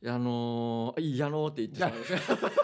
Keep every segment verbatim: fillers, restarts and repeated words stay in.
あのー、いいやのーって言ってしまいま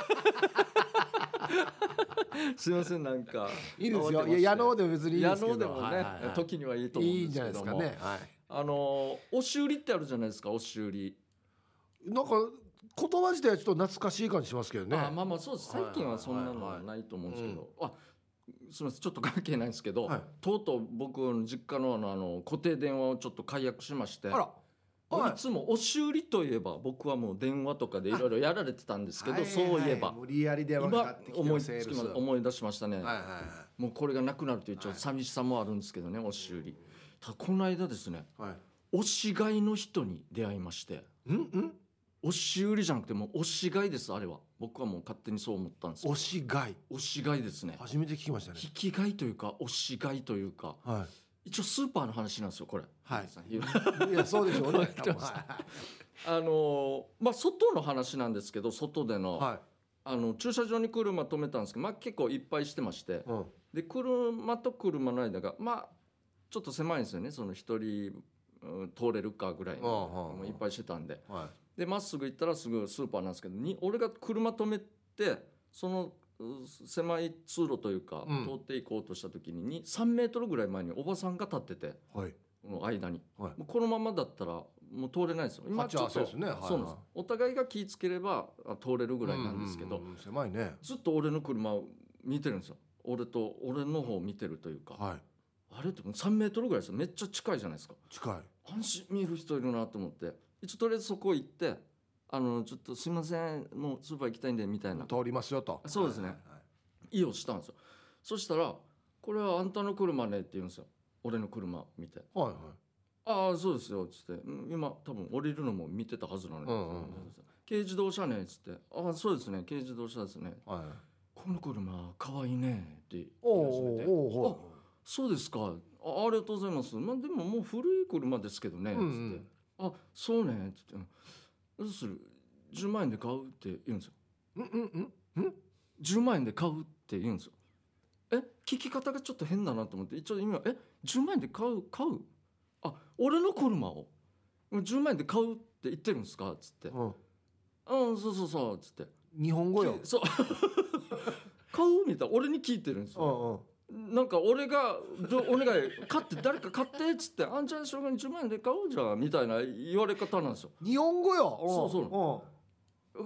したすいませんなんかいいですよ。いや矢野でも別にいいですけど。 矢野でもね、 はいはいはい、 時にはいいと思うんですけども。 いいんじゃないですかね。はい。 あのー、押し売りってあるじゃないですか。押し売り。 なんか言葉自体はちょっと懐かしい感じしますけどね。 あまあまあそうです。最近はそんなのないと思うんですけど。あ、すみませんちょっと関係ないんですけど、はい、とうとう僕の実家のあのあの固定電話をちょっと解約しまして。あら。いつも押し売りといえば僕はもう電話とかでいろいろやられてたんですけど、そういえば無理やり電話かかってきて今思いつきま思い出しましたね、はいはいはい、もうこれがなくなるというちょっと寂しさもあるんですけどね、押し売り。ただこの間ですね、はい、押し買いの人に出会いまして。 んん押し売りじゃなくてもう押し買いです。あれは僕はもう勝手にそう思ったんですよ。 押し買い押し買いですね。 初めて聞きましたね。 引き買いというか押し買いというか、はい、一応スーパーの話なんですよこれ。 はいいやそうでしょうねあのまあ外の話なんですけど、外での、はい、あの駐車場に車止めたんですけど、まあ、結構いっぱいしてまして、うん、で車と車の間がまあちょっと狭いんですよね。その一人、うん、通れるかぐらいの、うん、いっぱいしてたんで、はい、でまっすぐ行ったらすぐスーパーなんですけどに、俺が車止めてその狭い通路というか、うん、通っていこうとした時にさんメートルぐらい前におばさんが立ってて、はい、この間に、はい、もうこのままだったらもう通れないですよ。今ちょっとそうですね、はいはい、そうなんです。お互いが気ぃつければ通れるぐらいなんですけど、うんうんうん、 狭いね。 ずっと俺の車を見てるんですよ。俺と俺の方を見てるというか、はい、あれってもうさんメートルぐらいですよ。めっちゃ近いじゃないですか。 近い。 安心見る人いるなと思って、一応とりあえずそこ行って、あのちょっとすいませんもうスーパー行きたいんでみたいな、 通りますよと。 そうですね、はいはいはい、意をしたんですよ。そしたらこれはあんたの車ねって言うんですよ。俺の車見て、はいはい、ああそうですよっつって、今多分降りるのも見てたはずなのに、うんうんうん、軽自動車ねっつって、ああそうですね軽自動車ですね、はい、この車かわいいねって言い始めて、あそうですか あ, ありがとうございます、まあ、でももう古い車ですけどねっつって、うんうん、あそうねっつって、どうするじゅうまんえんで買うって言うんですよ。 うんうんうんんじゅうまんえんで買うって言うんですよ。え聞き方がちょっと変だなと思って、一応今えじゅうまんえんで買う買うあ俺の車をじゅうまんえんで買うって言ってるんですかっつって、うん、あそうそうそうっつって、 日本語よそう買うみたいな俺に聞いてるんですよ、うんうん、なんか俺がお願い買って誰か買ってっつって、あんちゃんしょうがにじゅうまんえんで買うじゃんみたいな言われ方なんですよ。 日本語よ。 そうそう、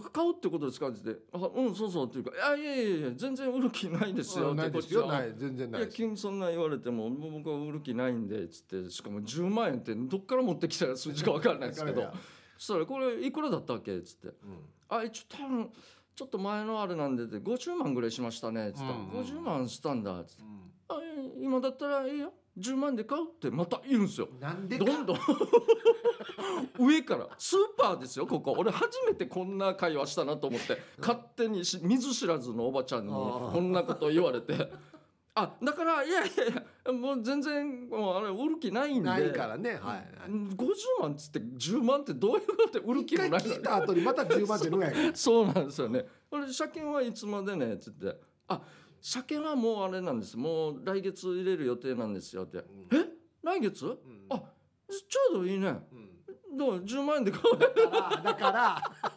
買うってことですかって言って、あうんそうそうっていうか、いやいやいや全然売る気ないですよって、 ないですよ、ない全然ないです。 いや急にそんな言われても僕は売る気ないんでっつって、しかもじゅうまんえんってどっから持ってきた数字か分からないですけどそしたらこれいくらだったっけっつって、うん、あ一応多分ちょっと前のあれなんでってごじゅうまんぐらいしましたねっつったら、うんうん、ごじゅうまんしたんだっつって、うん、あ今だったらいいよじゅうまんで買うってまた言うんですよ。 なんでかどんどん上からスーパーですよここ。俺初めてこんな会話したなと思って、勝手に見ず知らずのおばちゃんにこんなこと言われてあだからいやいやいやもう全然もうあれ売る気ないんで、 ないからね、はい、 ごじゅうまんっつってじゅうまんってどういうことで売る気もないのに一回聞いた後にまたじゅうまんってのやからそうなんですよね。俺車検はいつまでねっつって、あ車検はもうあれなんです、もう来月入れる予定なんですよって、うん、え来月、うん、あちょうどいいね、うん、どうじゅうまんえんで買うだからだから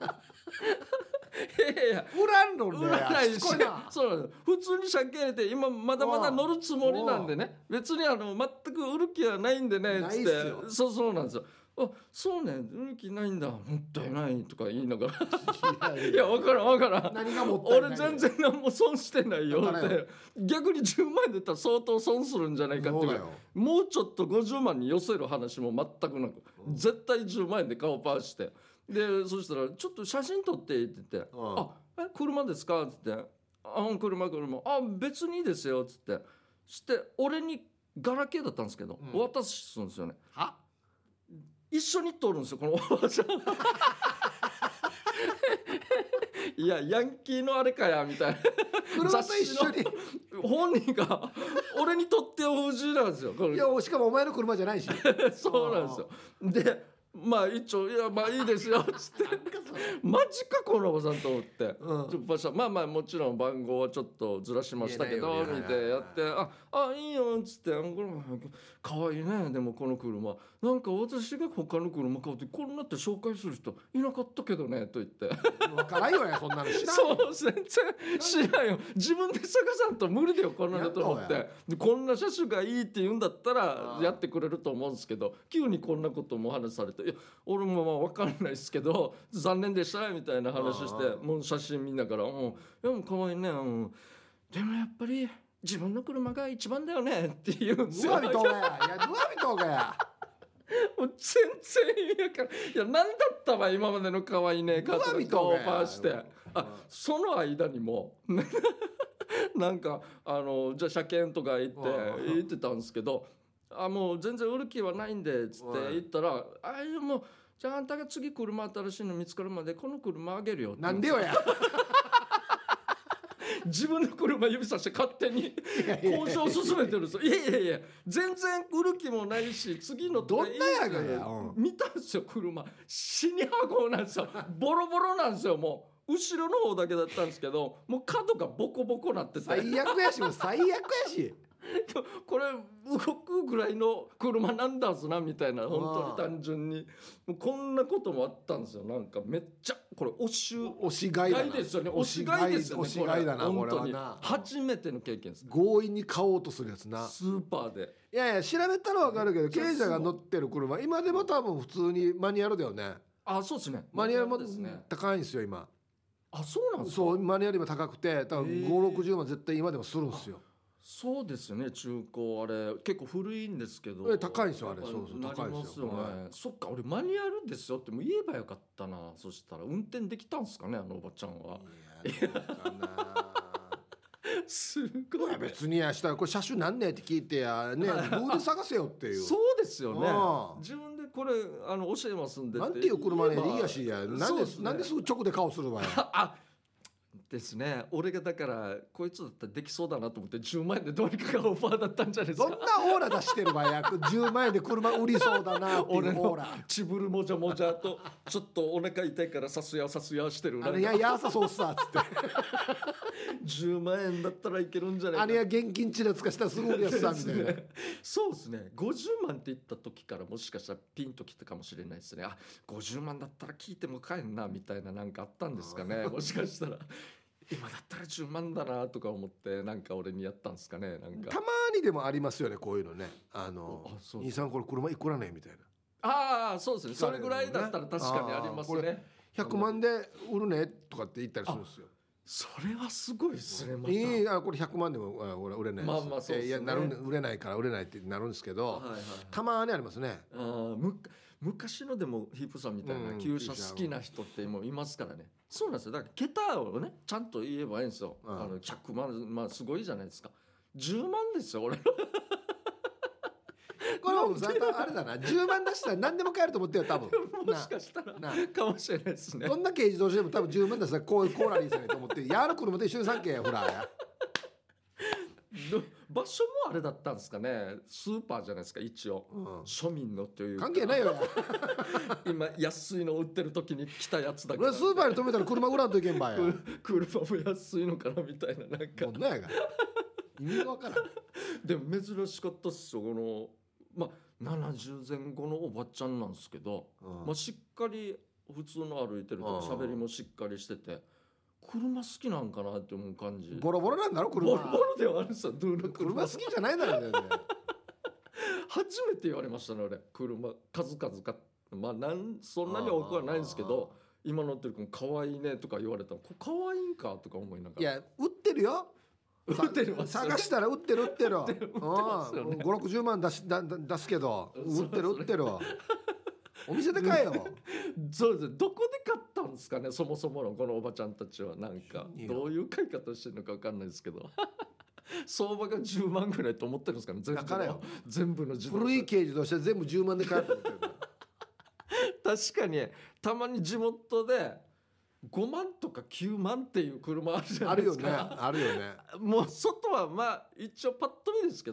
いやいや売らんのね、売らないし、そうなんです。普通に車検入れて今まだまだ乗るつもりなんでね、別にあの全く売る気はないんでねっつって、そうそうなんですよ。あそうね売る気ないんだもったいないとか言いながらいや分からん分からん、 何がもったいない、 俺全然何も損してないよって逆にじゅうまんえんで言ったら相当損するんじゃないかっていうか、もうちょっとごじゅうまんに寄せる話も全くなく、うん、絶対じゅうまんえんで顔パーして、でそしたらちょっと写真撮ってって言って、うん、あえ車ですかっつって、あ車車あ別にいいですよっつって、して俺にガラケーだったんですけど、うん、渡すんですよね。は一緒に撮るんですよこのおばちゃんいやヤンキーのあれかやみたいな車と一緒に本人が俺にとってほしいなんですよこれ。 いやしかもお前の車じゃないしそうなんですよ。でまあ一応いやまあいいですよっつってマジかこのおばさんと思って、うん、まあまあもちろん番号はちょっとずらしましたけど見てやってああいいよっつってかわいいねでもこの車なんか私が他の車買うとこんなって紹介する人いなかったけどねと言って分からんよねそんなの知らんそう全然知らんよ自分で探さんと無理だよこんなのと思ってでこんな車種がいいって言うんだったらやってくれると思うんですけど急にこんなことも話されていや俺もまあ分かんないですけど残念でしたみたいな話してもう写真見ながら「うん、いやもう可愛いね、うん、でもやっぱり自分の車が一番だよね」って言うんですよ。 ドアビトーがやいやドアビトーがやもう全然意味わかんないいや何だったわ今までの可愛いねカートをパーしてあその間にもなんかあのじゃあ車検とか言って言ってたんですけどあもう全然売る気はないんでつって言ったらあいやもうじゃああんたが次車新しいの見つかるまでこの車あげるよってなんでよや自分の車指さして勝手に交渉を進めてるんですよ。いやいやいや全然売る気もないし次のどんなやがや、 うん、見たんですよ車死に箱なんですよボロボロなんですよもう後ろの方だけだったんですけどもう角がボコボコなってて最悪やしもう最悪やしこれ動くぐらいの車なんだすなみたいな本当に単純にもうこんなこともあったんですよなんかめっちゃこれ押し押し買いだなですよね押し買いですよね押し買いだな本当にこれはな初めての経験です強引に買おうとするやつなスーパーでいやいや調べたら分かるけど経営者が乗ってる車今でも多分普通にマニュアルだよねあそうですねマニュアルも高いんですよ今あそうなんですかそうマニュアルも高くて多分ごじゅうろくじゅうまん絶対今でもするんですよそうですよね中古あれ結構古いんですけど高いんですよあれそうそう高いですよ、 ねはい、そっか俺マニュアルですよっても言えばよかったなそしたら運転できたんすかねあのおばちゃんはいやどうかなすごい別にやしたらこれ車種なんねって聞いてやねどうで探せよっていうそうですよね自分でこれあの教えますんでなんていう車ねいいやしやなんで、ね、なんですぐ直で顔する場合あですね俺がだからこいつだったらできそうだなと思ってじゅうまん円でどうにかがオファーだったんじゃないですかどんなオーラ出してる場合やじゅうまん円で車売りそうだなっていうオーラチブルもじゃもじゃとちょっとお腹痛いからさすやさすやしてるあれややさそうっさっつってじゅうまん円だったらいけるんじゃないかあれや現金ちらつかしたらすごいやつさみたいなそうですねごじゅうまんって言った時からもしかしたらピンときたかもしれないですねあごじゅうまんだったら聞いても買えんなみたいななんかあったんですかねもしかしたら今だったらじゅうまんだなとか思ってなんか俺にやったんですかねなんかたまにでもありますよねこういうのねあの兄さんこれ車いくらねみたいなああそうですねそれぐらいだったら確かにありますねひゃくまんで売るねとかって言ったりするんですよそれはすごいですねまたいいあこれひゃくまんでも俺売れないです、 まあまあそうですね、 いやなる売れないから売れないってなるんですけど、はいはいはい、たまにありますねあむ昔のでもヒープさんみたいな旧車好きな人ってもういますからねそうなんですよだから桁をねちゃんと言えばいいんですよ、うん、あのひゃくまんまあすごいじゃないですかじゅうまんですよ俺これもあれだなじゅうまん出したら何でも買えると思ってよ多分もしかしたらかもしれないですねどんな軽自動車でも多分じゅうまん出したらこういうコーラリーさんと思ってやる車と一緒にさんけんやほらや場所もあれだったんですかねスーパーじゃないですか一応、うん、庶民のという関係ないよ今安いの売ってる時に来たやつだから俺スーパーに止めたら車売らんといけんばや車も安いのかなみたいななんかもうなんやが意味がわからんでも珍しかったっすよこのまあななじゅうぜん後のおばちゃんなんですけど、うん、まあしっかり普通の歩いてると喋りもしっかりしてて車好きなんかなって思う感じボロボロなんだろ車ボロボロではあるんですよドゥーの車, 車好きじゃないだろ全然初めて言われましたね俺車数々かまあなんそんなに多くはないんですけど今乗ってる子可愛いねとか言われたらこれ可愛いんかとか思いながらいや売ってるよ売ってる探したら売ってる売ってるごじゅうろくじゅうまん出しだ出すけど売ってる売ってるお店で買えよそうですどこで買ったんですかねそもそものこのおばちゃんたちはなんかどういう買い方してるのか分かんないですけど相場がじゅうまんぐらいと思ってるんですかね全部だからよ全部の自動車古い軽自動車全部じゅうまんで買えると思ってる確かにたまに地元でごまんとかきゅうまんっていう車あるじゃないですかあるよねあるよねもう外はまあ一応パッと見ですけど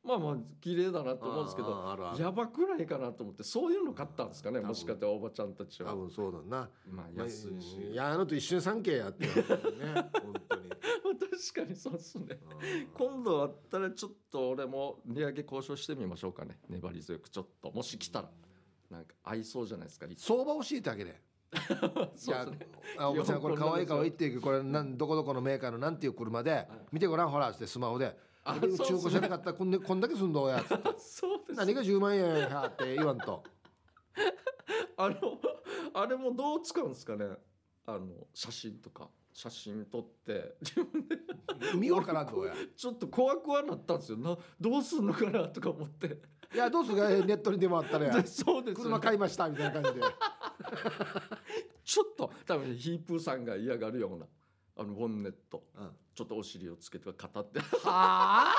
まあまあ綺麗だなと思うんですけど、 あああるあるやばくないかなと思って、そういうの買ったんですかね、もしかしておばちゃんたちは。 多分そうだな。 まあ安いし、 いやあのと一緒に産経やってるね本当に。 確かにそうっすね。今度あったらちょっと俺も値上げ交渉してみましょうかね。粘り強くちょっと、もし来たらなんか合いそうじゃないですか。 相場教えてあげれ。 そうですね。 あおばちゃんこれ可愛い可愛いって言うけど、これなんどこどこのメーカーのなんていう車で見てごらんほらってスマホで、 あ中古車なかったらこんでこんだけすんどうやつってそうです。 何がじゅうまんえんやって言わんと。 あのあれもどう使うんですかね。あの写真とか写真撮って自分で意味わからんどうや。 ちょっと怖くはなったんですよ。などうすんのかなとか思って。 いやどうするかネットにでもあったらやでそうですよね、 車買いましたみたいな感じで。 ちょっと多分ヒープーさんが嫌がるようなあのボンネット、 うん、 ちょっとお尻をつけて語ってはあ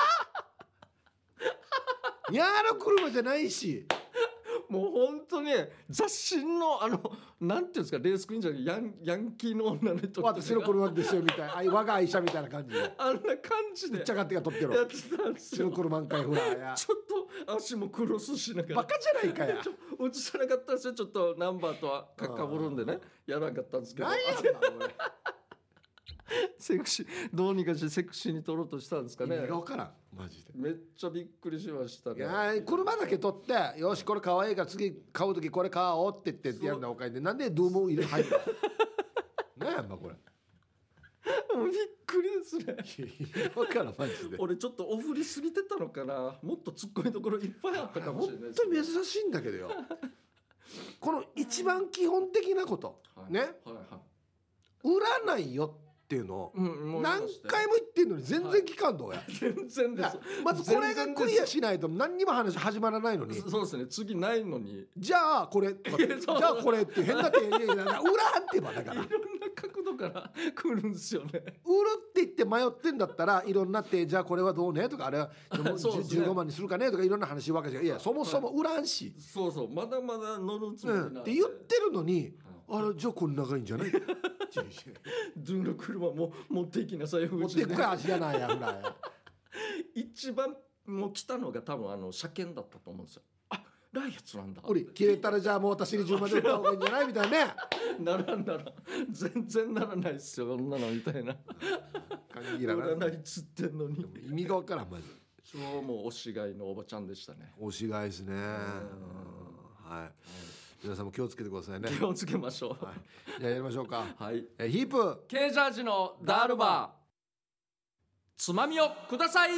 いやあの車じゃないし、 もう本当に雑誌のあのなんていうんですか、レースクイーンじゃなくてヤンヤンキーの女の人私の車ですよみたいな、あい我が愛車みたいな感じであんな感じでぶっちゃがってが撮ってやろってたんです白よ。 車んかいほらやちょっと足もクロスしながらバカじゃないかや。 映さなかったんですよ。ちょっとナンバーとはかかぶるんでね、やらなかったんですけど、 何やんだこれ。 セクシーどうにかしてセクシーに撮ろうとしたんですかね。 意味が分からんマジで。 めっちゃびっくりしましたね。 いや車だけ取ってよしこれ可愛いから次買う時これ買おうって言ってやるんだおかげで、なんでドゥーム入れ入るの何やんばこれ。 もうびっくりですね。 分からんマジで。 俺ちょっとお振りすぎてたのかな。もっと突っ込みどころいっぱいあったかもしれないです、 本当に珍しいんだけどよこの一番基本的なこと、 はい、 ね、 はいはい、 売らないよっていうのをうん、 何回も言ってんのに全然聞かんどうや、 はい、全然です。 まずこれがクリアしないと何にも話始まらないのに、 そうですね、次ないのにじゃあこれとかじゃあこれって変な手で売らんってばだから、 いろんな角度から来るんですよね。 売るって言って迷ってんだったらいろんな手、じゃあこれはどうねとか、あれはじゅうごまんにするかねとかいろんな話わけじゃん。いやそもそも売らんし、 そうそう、まだまだ乗るつもりなんで、 うん、って言ってるのに、あれじゃあこんながいいんじゃないドゥの車も持っていきなさい。 持っていくか味やないやほらや一番もう来たのが多分あの車検だったと思うんですよ。あ、来月なんだ。 おり切れたらじゃあもう私にじゅうまんで売った方がいいんじゃないみたいなね。 ならんならん、全然ならないっすよこんなのみたいな。 限らないっつってんのに。 意味がわからんマジ。 そう、もう推しがいのおばちゃんでしたね。 推しがいですね。はい。皆さんも気をつけてくださいね。 気をつけましょう。 はい、じゃあやりましょうか。 はい。 えヒープ K ジャージのダールバー、つまみをください。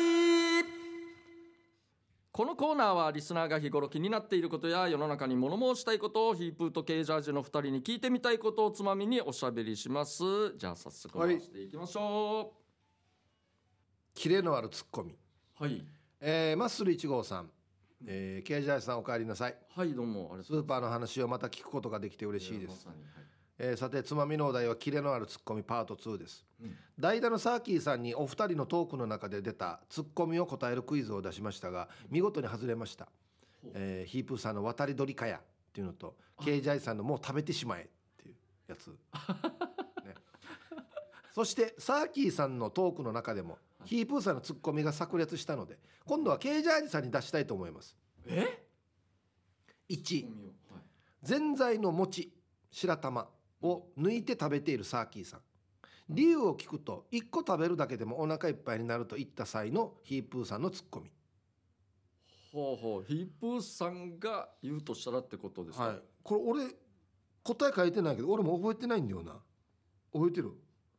このコーナーはリスナーが日頃気になっていることや世の中に物申したいことをヒープーと K ジャージのふたりに聞いてみたいことをつまみにおしゃべりします。じゃあ早速回していきましょう。 キレのあるツッコミ。 はい。 えー、マッスルいち号さん、えー、K ジャージさんお帰りなさい。 はいどうも。あれスーパーの話をまた聞くことができて嬉しいです。 まさに、はい。 えー、さてつまみのお題はキレのあるツッコミパートツーです、 うん、 代打のサーキーさんにお二人のトークの中で出たツッコミを答えるクイズを出しましたが見事に外れました、えー、ヒープーさんの渡り鳥かやっていうのと K ジャージさんのもう食べてしまえっていうやつ、ね、そしてサーキーさんのトークの中でもヒープーさんのツッコミが炸裂したので今度は K ジャージさんに出したいと思います。 えいち、はい、ぜんざいの餅白玉を抜いて食べているサーキーさん、理由を聞くといっこ食べるだけでもお腹いっぱいになると言った際のヒープーさんのツッコミ。 ほうほう、ヒープーさんが言うとしたらってことですか。 はい、これ俺答え書いてないけど俺も覚えてないんだよな。覚えてる？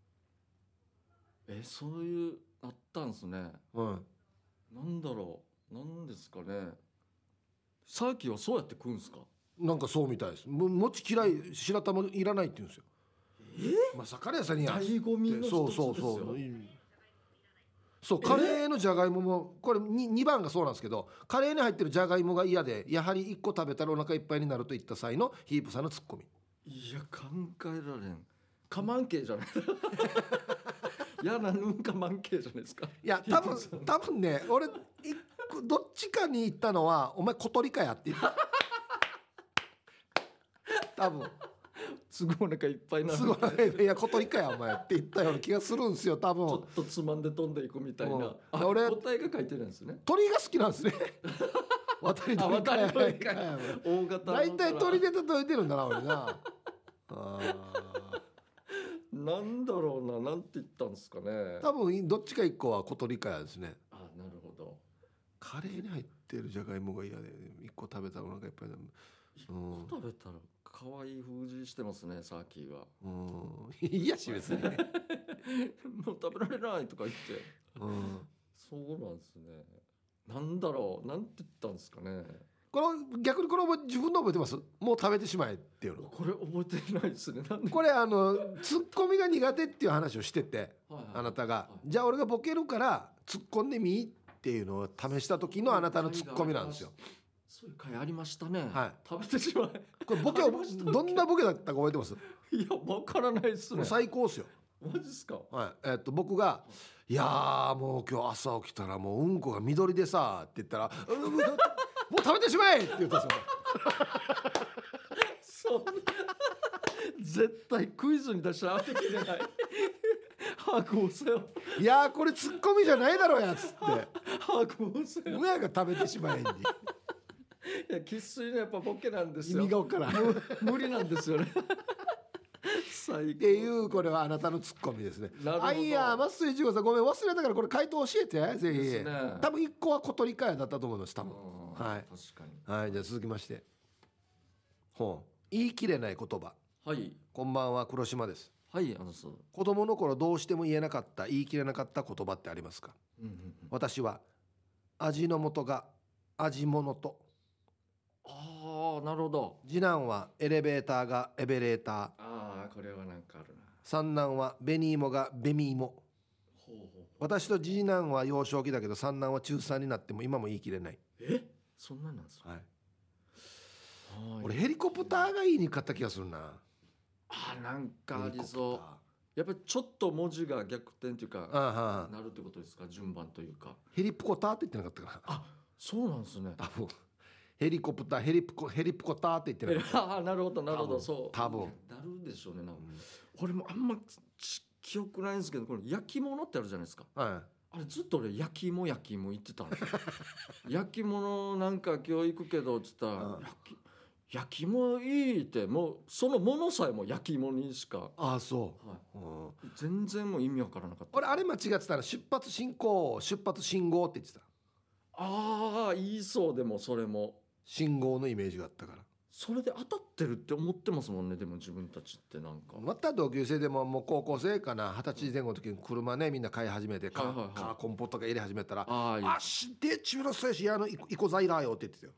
え、そういうあったんですね。 うん。 なんだろう、なんですかね。サーキーはそうやって食うんですか。なんかそうみたいです。も餅嫌い、白玉いらないって言うんですよ。 えまあ魚屋さんにや醍醐味の一つですよ。 そうそうそうそうカレーのじゃがいももこれ 2, にばんがそうなんですけど、カレーに入ってるじゃがいもが嫌でやはりいっこ食べたらお腹いっぱいになるといった際のヒープさんのツッコミ。 いや考えられん。カマン系じゃないやなぬんかマン系じゃないですか。 いや多分多分ね俺どっちかに言ったのはお前小鳥かやって言った多分すぐお腹いっぱいなる。 すごいいや小鳥かやお前って言ったような気がするんですよ多分。 ちょっとつまんで飛んでいくみたいな、 うん、 あ俺答えが書いてるんですね。 鳥が好きなんですね渡り鳥かや大型大体鳥で例えてるんだな俺なあなんだろうな、なんて言ったんですかね。 多分どっちか一個は小鳥かやですね。 あ、なるほど。 カレーに入ってるじゃがいもが嫌で一個食べたらお腹いっぱいになる。 一個食べたら可愛い封じしてますね、サーキーは。 うん、いやし別にもう食べられないとか言って、 うん、 そうなんですね。なんだろう、なんて言ったんですかね。 この逆にこの自分の覚えてます？もう食べてしまえっていうの。 これ覚えてないですね。なんでこれあのツッコミが苦手っていう話をしてて、はいはい、あなたが、はい、じゃあ俺がボケるから突っ込んでみっていうのを試した時のあなたのツッコミなんですよ。 そういう回ありましたね、 はい、 食べてしまえ。 これボケをどんなボケだったか覚えてます？ いやわからないですね。 最高っすよ。 マジっすか？ はい、えー、っと僕がいやーもう今日朝起きたらもううんこが緑でさって言ったらもう食べてしまえって言ったんですよ。 そう絶対クイズに出したら当てきれない把握をせよ。 いやーこれツッコミじゃないだろうやっつって把握をせよ。 親が食べてしまえにいや生粋のやっぱボケなんですよ。 意味が分からん無理なんですよね最高っていうこれはあなたのツッコミですね。あいやマッスイチゴさんごめん忘れたからこれ回答教えてぜひ、ね、多分いっこは小鳥かやだったと思います多分。はい、 確かに。 はい、じゃあ続きましてほう言い切れない言葉。 はい、 こんばんは黒島です。 はい、あのそう子供の頃どうしても言えなかった言い切れなかった言葉ってありますか？うんうんうん、私は味の素が味物と。 ああなるほど。 次男はエレベーターがエベレーター。 ああこれはなんかあるな。 三男は紅芋が紅芋。ほうほう。私と次男は幼少期だけど三男は中さんになっても今も言い切れない。 えそんなんなんですか？はい、 俺ヘリコプターが言いにくかった気がするな。 あなんかありそう。やっぱりちょっと文字が逆転というかああなるってことですか？順番というか。 ヘリプコターって言ってなかったかな。 あそうなんですね。 多分ヘリコプターヘリプコヘリプコターって言ってなかった。 あなるほどなるほど。そう多分なるでしょうね。なんか、うん、俺もあんま記憶ないんですけどこれ焼き物ってあるじゃないですか。はい、あれずっと俺焼き芋焼き芋言ってたんですよ焼き物なんか今日行くけどっつったら、うん、焼き焼き芋いいってもうそのものさえも焼き芋にしか。 ああそう、 はいうん、全然もう意味わからなかった。 俺あれ間違ってたら出発進行出発信号って言ってた。 ああ言いそう。でもそれも信号のイメージがあったからそれで当たってるって思ってますもんね。でも自分たちってなんかまた同級生でももう高校生かな二十歳前後の時に車ねみんな買い始めて、はいはいはい、 カーコンポットが入れ始めたらああしてチューラスやしあのイコザイラーよって言ってたよ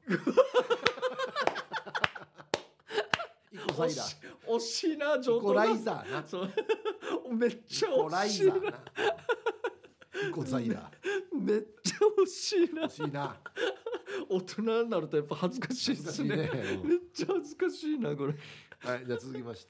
イコザイラー惜しいな上等イコライザーなそうめっちゃ惜しいなイコザイラーめっちゃ惜しいな惜しいな大人になるとやっぱ恥ずかしいですね。めっちゃ恥ずかしいなこれ。 はいじゃあ続きまして、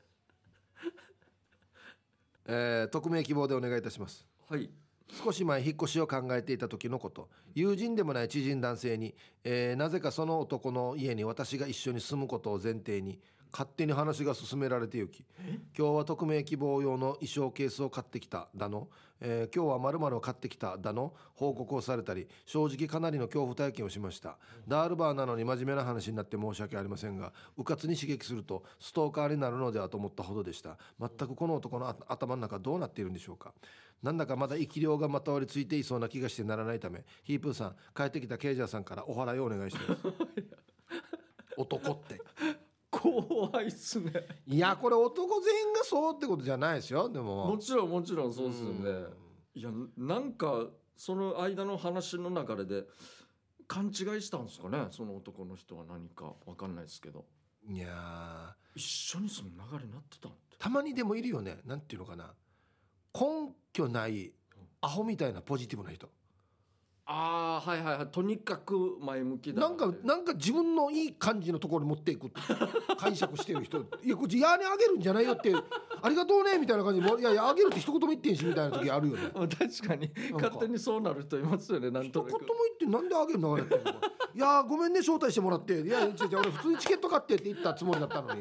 えー、匿名希望でお願いいたします。 はい。 少し前引っ越しを考えていた時のこと、友人でもない知人男性に、えー、なぜかその男の家に私が一緒に住むことを前提に勝手に話が進められて行き、今日は匿名希望用の衣装ケースを買ってきただの、えー、今日は〇〇を買ってきただの報告をされたり、正直かなりの恐怖体験をしました。ダールバーなのに真面目な話になって申し訳ありませんが、うかつに刺激するとストーカーになるのではと思ったほどでした。全くこの男の頭の中どうなっているんでしょうか。なんだかまだ生き量がまとわりついていそうな気がしてならないため、ヒープーさん帰ってきたケイジャーさんからお祓いをお願いします男って怖いっすね。 いやこれ男全員がそうってことじゃないですよ。でももちろんもちろんそうですよね。いやなんかその間の話の流れで勘違いしたんですかね。その男の人は何か分かんないですけど。 いや一緒にその流れになってたんって。 たまにでもいるよね。なんていうのかな、根拠ないアホみたいなポジティブな人。 ああはいはいはい。とにかく前向きだなんかなんか自分のいい感じのところに持っていく解釈してる人いやこっちやにあげるんじゃないよってありがとうねみたいな感じで、いやいやあげるって一言も言ってんしみたいな時あるよね確かに勝手にそうなる人いますよね。なんとなく一言も言ってなんであげるのあれっていやごめんね招待してもらって、いや違う違う俺普通にチケット買ってって言ったつもりだったのに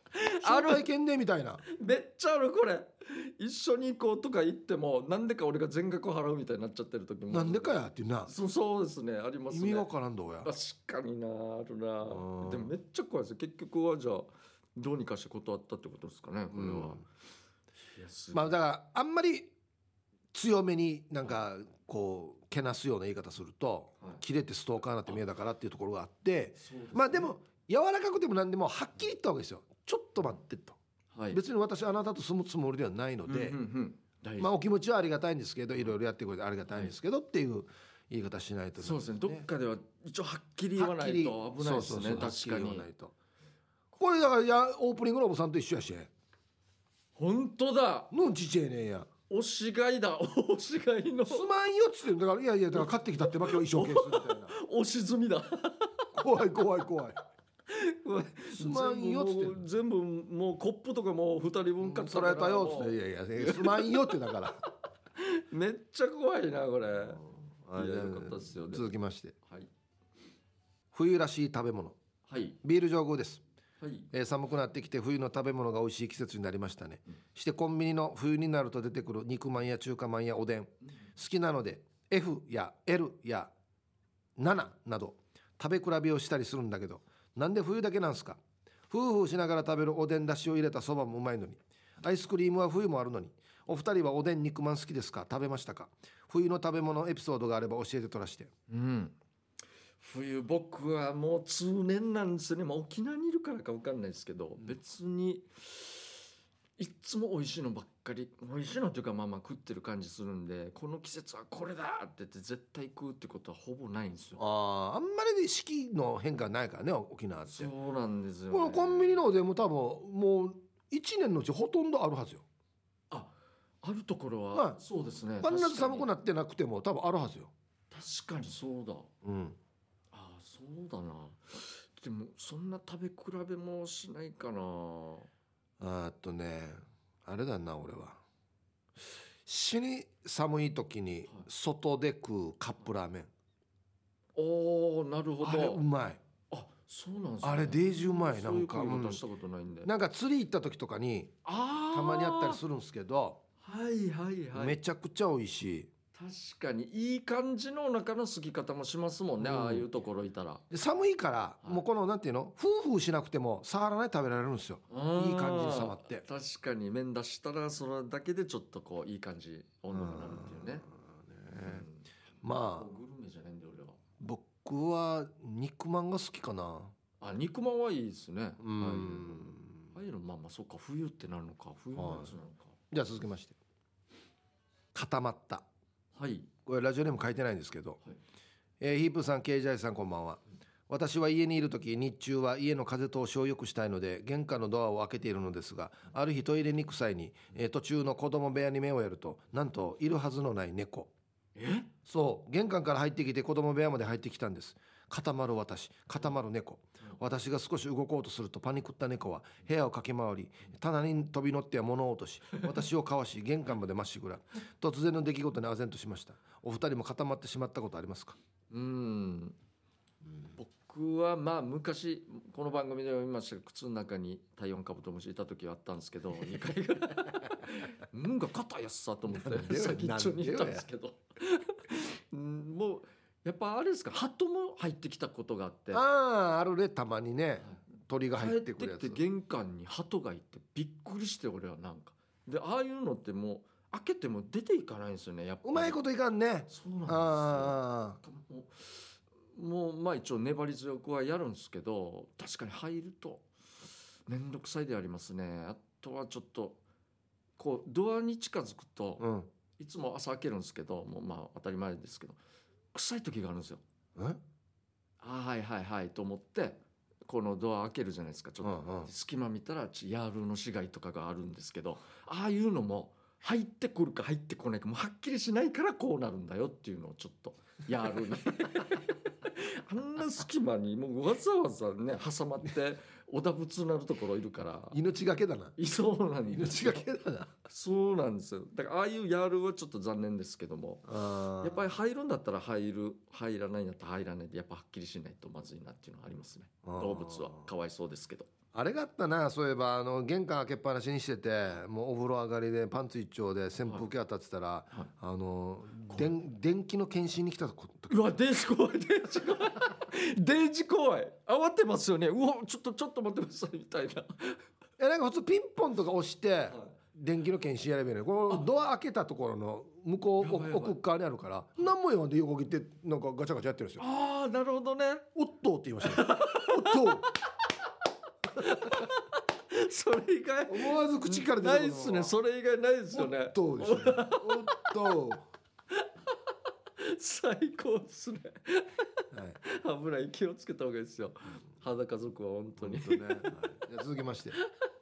招待券ねみたいな。 めっちゃあるこれ。一緒に行こうとか言ってもなんでか俺が全額払うみたいになっちゃってる時もなんでかやっていうな。 そうそうですね、ありますね。 意味わからんどうや。 確かにな、あるな。 うんでもめっちゃ怖いですよ。結局はじゃあどうにかして断ったってことですかね、これは。 うんいやすまあだからあんまり強めになんかこうけなすような言い方すると、 はい切れてストーカーなって見えだからっていうところがあって、 そうですねまあでも柔らかくても何でもはっきり言ったわけですよ。ちょっと待ってと、 はい、 別に私あなたと住むつもりではないので、 うんうんうん大事まあお気持ちはありがたいんですけど、いろいろやってくれてありがたいんですけどっていう言い方しないと、 そうですね、どっかでは一応はっきり言わないと危ないですね。確かに。 はっきり言わないと。これだからやオープニングのおばさんと一緒やし、 本当だ、 のちちえねんや。 推しがいだ、推しがいのすまんよっつってんだから、いやいやだから買ってきたってば今日衣装ケースみたいな。 推し済みだ。 怖い怖い怖い。すまんよっつってん全部もう全部もうコップとかもうふたりぶん買ったそられたよっつって、いやいやすまんよってだから。 めっちゃ怖いなこれ。 はい、 いやよかったですよね。 続きまして、 はい冬らしい食べ物、 はいビール上宮です。 はいえー寒くなってきて冬の食べ物が美味しい季節になりましたね、うん、してコンビニの冬になると出てくる肉まんや中華まんやおでん、うん、好きなので エフ や エル やなななど食べ比べをしたりするんだけど、なんで冬だけなんすか。夫婦しながら食べるおでんだしを入れたそばもうまいのに、アイスクリームは冬もあるのに。お二人はおでん肉まん好きですか、食べましたか。冬の食べ物エピソードがあれば教えてとらして。 うん、冬僕はもう通年なんですよね。まあ、沖縄にいるからか分かんないですけど、別にいつも美味しいのばっかり、美味しいのというかまあまあ食ってる感じするんで、この季節はこれだって言って絶対食うってことはほぼないんですよ。 ああ、あんまり四季の変化ないからね沖縄って。 そうなんですよ、ね、 このコンビニのおでんも多分もういちねんのうちほとんどあるはずよ。 あ、あるところは、 はい、 そうですね。 必ず寒くなってなくても多分あるはずよ。 確かにそうだ。 うん。 ああ、そうだな。でもそんな食べ比べもしないかな。 あーっとね、あれだな、俺は死に寒い時に外で食うカップラーメン、 おー、なるほど。 あれうまい。 あ、そうなんですね。 あれデージうまい。なんかそういうことしたことないんで、 うん、なんか釣り行った時とかにあたまにあったりするんですけど、 はいはいはい、 めちゃくちゃ美味しい。 確かにいい感じの中の過ぎ方もしますもんね、うん、ああいうところいたら。 で寒いから、はい、もうこのなんていうの、フーフーしなくても触らない食べられるんですよ。いい感じに冷まって。 確かに麺出したらそれだけでちょっとこういい感じ温度になるっていうね。 ね、うん、まあグルメじゃないんで俺は。 僕は肉まんが好きかな。 あ、肉まんはいいですね。 うん、 ああいうのまあまあそっか、冬ってなるのか、冬のやつなのか、はい、 じゃあ続きまして、固まった。 はい、 これラジオネーム書いてないんですけど、はい、えー、ヒープさん、ケイジャイさん、こんばんは。私は家にいるとき、日中は家の風通しを良くしたいので玄関のドアを開けているのですが、ある日トイレに行く際に、えー、途中の子供部屋に目をやると、なんといるはずのない猫。 え？ そう玄関から入ってきて子供部屋まで入ってきたんです。固まる私、固まる猫。私が少し動こうとするとパニクった猫は部屋を駆け回り、棚に飛び乗っては物を落とし、私をかわし玄関までまっしぐら。突然の出来事に唖然としました。お二人も固まってしまったことありますか？ うーん、僕はまあ昔この番組で読みましたが、靴の中にタイワンカブトムシいた時はあったんですけど、にかいぐらいうんが硬いやつさと思って先っちょに行ったんですけどうんもうやっぱあれですか、鳩も入ってきたことがあって。 ああ、あるね、たまにね、はい、鳥が入ってくるやつ。 帰ってきて玄関に鳩がいてびっくりして、俺はなんかで、ああいうのってもう開けても出ていかないんですよね、やっぱり。 うまいこといかんね。 そうなんですよ。あもう、もうまあ一応粘り強くはやるんですけど、確かに入るとめんどくさいでありますね。あとはちょっとこうドアに近づくと、うん、いつも朝開けるんですけど、もうまあ当たり前ですけど臭い時があるんですよ。 え？ あ、はいはいはいと思ってこのドア開けるじゃないですか。ちょっと、うんうん、隙間見たらヤールの死骸とかがあるんですけど、ああいうのも入ってくるか入ってこないかもはっきりしないからこうなるんだよっていうのをちょっとヤールにあんな隙間にもうわざわざね挟まっておだぶつなるところいるから、 命がけだな。 そうなんです。 命がけだな。 そうなんですよ。だからああいうヤールはちょっと残念ですけども、やっぱり入るんだったら入る、入らないんだったら入らないで、やっぱはっきりしないとまずいなっていうのはありますね。動物はかわいそうですけど。 あれがあったな。そういえばあの玄関開けっぱなしにしてて、もうお風呂上がりでパンツ一丁で扇風機当たってたら、はいはい、あの電電気の検診に来た時。 うわ電池怖い電池怖い電池怖い、慌てますよね。うわちょっとちょっと待ってくださいみたいな。 えなんか普通ピンポンとか押して、はい、電気の検診やればいいね。このドア開けたところの向こう奥側にあるから何も言わんで横切ってなんかガチャガチャやってるんですよ。 ああなるほどね。 おっとって言いましたよおっとそれ以外思わず口から出てないっすね。それ以外ないですよね。 おっとでしょおっと最高っすね、はい、危ない。気をつけた方がいいですよ、裸族は本当に。 本当ね、はい、じゃ続きまして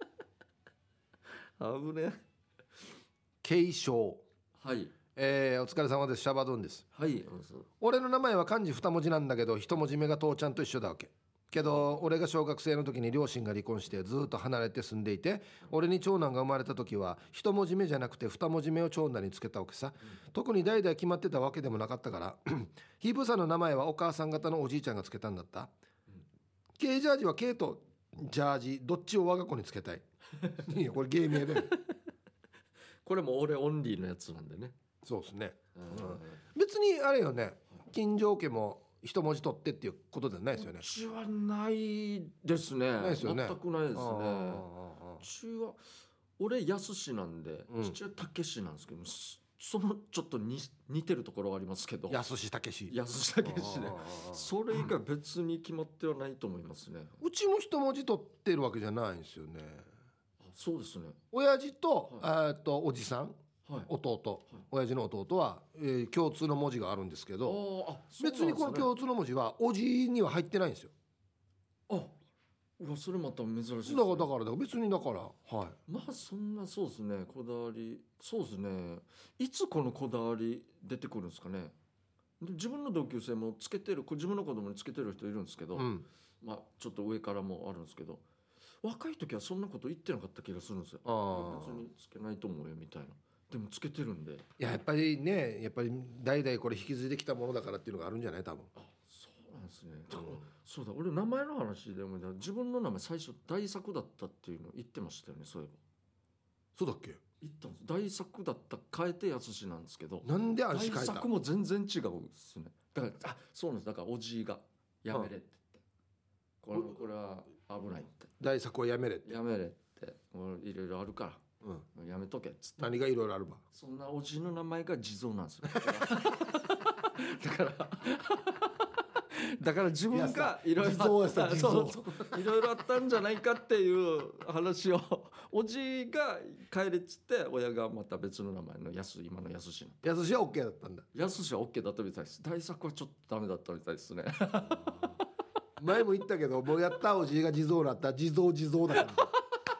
危ね。 継承。 はい、 えー、お疲れ様です。シャバドゥンです。 はい。 俺の名前は漢字二文字なんだけど一文字目が父ちゃんと一緒だわけ。けど俺が小学生の時に両親が離婚してずっと離れて住んでいて、俺に長男が生まれた時は一文字目じゃなくて二文字目を長男につけたわけさ。特に代々決まってたわけでもなかったからヒープーさんの名前はお母さん方のおじいちゃんがつけたんだった。ケイジャージはケイとジャージどっちを我が子につけたいいやこれ芸名でこれも俺オンリーのやつなんでね。 そうですね、うん、別にあれよね、金城家も一文字取ってっていうことではないですよね。 うちはないですね。 ないですよね。 全くないですね。うちは俺安氏なんで、うん、父は武氏なんですけど、そのちょっとに似てるところはありますけど。 安氏武氏安氏武氏ね。それ以外別に決まってはないと思いますね。 うちも一文字取ってるわけじゃないんですよね。 あそうですね。 親父と、 はい、 えっとおじさん、はい、弟、はい、親父の弟は、えー、共通の文字があるんですけど、ああ別にこの共通の文字はおじには入ってないんですよ。 あうわそれまた珍しいですね。 だからだから別にだからはいまあそんなそうですね。こだわりそうですね。いつこのこだわり出てくるんですかね。で自分の同級生もつけてる自分の子供につけてる人いるんですけど、うん、まあちょっと上からもあるんですけど、若い時はそんなこと言ってなかった気がするんですよ。あ別につけないと思うよみたいな。でもつけてるんで。いややっぱりねやっぱり代々これ引き継いできたものだからっていうのがあるんじゃない多分。 あそうなんですね。そうだ俺名前の話でも自分の名前最初大作だったっていうの言ってましたよね。そういえばそうだっけ。 言ったんです。大作だった変えてやすしなんですけど、 なんで安心変えた。 大作も全然違うんですね。だからあそうなんです。だからおじいがやめれって言って、これこれは危ないって大作をやめれってやめれっていろいろあるからうん、やめとけっつって。 何がいろいろあるば。 そんなおじの名前が地蔵なんですよだからだから自分がいろいろあったいろいろあったんじゃないかっていう話をおじが帰れっつって親がまた別の名前のやす今のやすしにやすしは OK だったんだ。 やすしは OK だったみたいです。大作はちょっとダメだったみたいですね前も言ったけどもうやったおじが地蔵だったら地蔵地蔵だから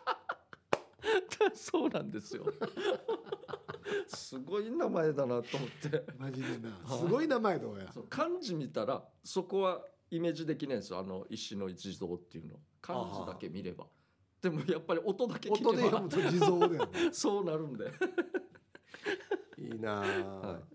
そうなんですよすごい名前だなと思ってマジでなすごい名前だわや。 漢字見たらそこはイメージできないんですよ。あの石の地蔵っていうの漢字だけ見れば。でもやっぱり音だけ聞けば音で読むと地蔵だよ、ね、 そうなるんでいいな、はい、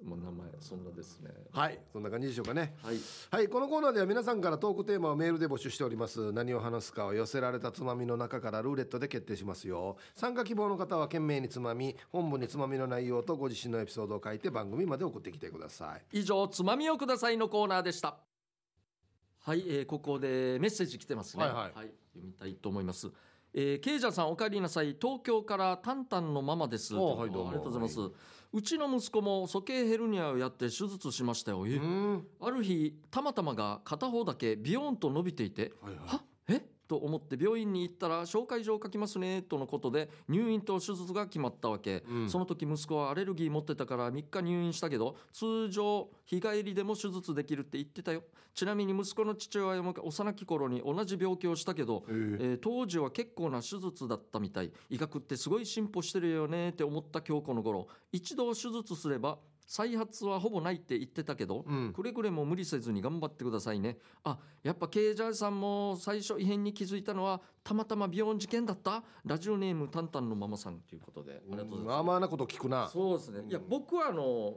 もう名前そんなですね。 はいそんな感じでしょうかね。 はい、 はい、このコーナーでは皆さんからトークテーマをメールで募集しております。何を話すかを寄せられたつまみの中からルーレットで決定しますよ。参加希望の方は懸命につまみ本文につまみの内容とご自身のエピソードを書いて番組まで送ってきてください。 以上つまみをくださいのコーナーでした。はい、えー、ここでメッセージ来てますね。 はいはい、 はい、読みたいと思います。えー、ケイジャーさんお帰りなさい。東京からタンタンのママです。 はい、どうもありがとうございます、 はい。 うちの息子も鼠径ヘルニアをやって手術しましたよ。えある日たまたまが片方だけビヨーンと伸びていて、はいはい、はえと思って病院に行ったら紹介状を書きますねとのことで入院と手術が決まったわけ、うん、その時息子はアレルギー持ってたからみっか入院したけど通常日帰りでも手術できるって言ってたよ。ちなみに息子の父親も幼き頃に同じ病気をしたけど、えーえー、当時は結構な手術だったみたい。医学ってすごい進歩してるよねって思った今日この頃。一度手術すれば再発はほぼないって言ってたけど、うん、くれぐれも無理せずに頑張ってくださいね。あ、やっぱケイジャーさんも最初異変に気づいたのはたまたま病院事件だった。ラジオネームタンタンのママさんということで、ありがとうございます。 まあまあなこと聞くな。 そうですね。いや僕はあの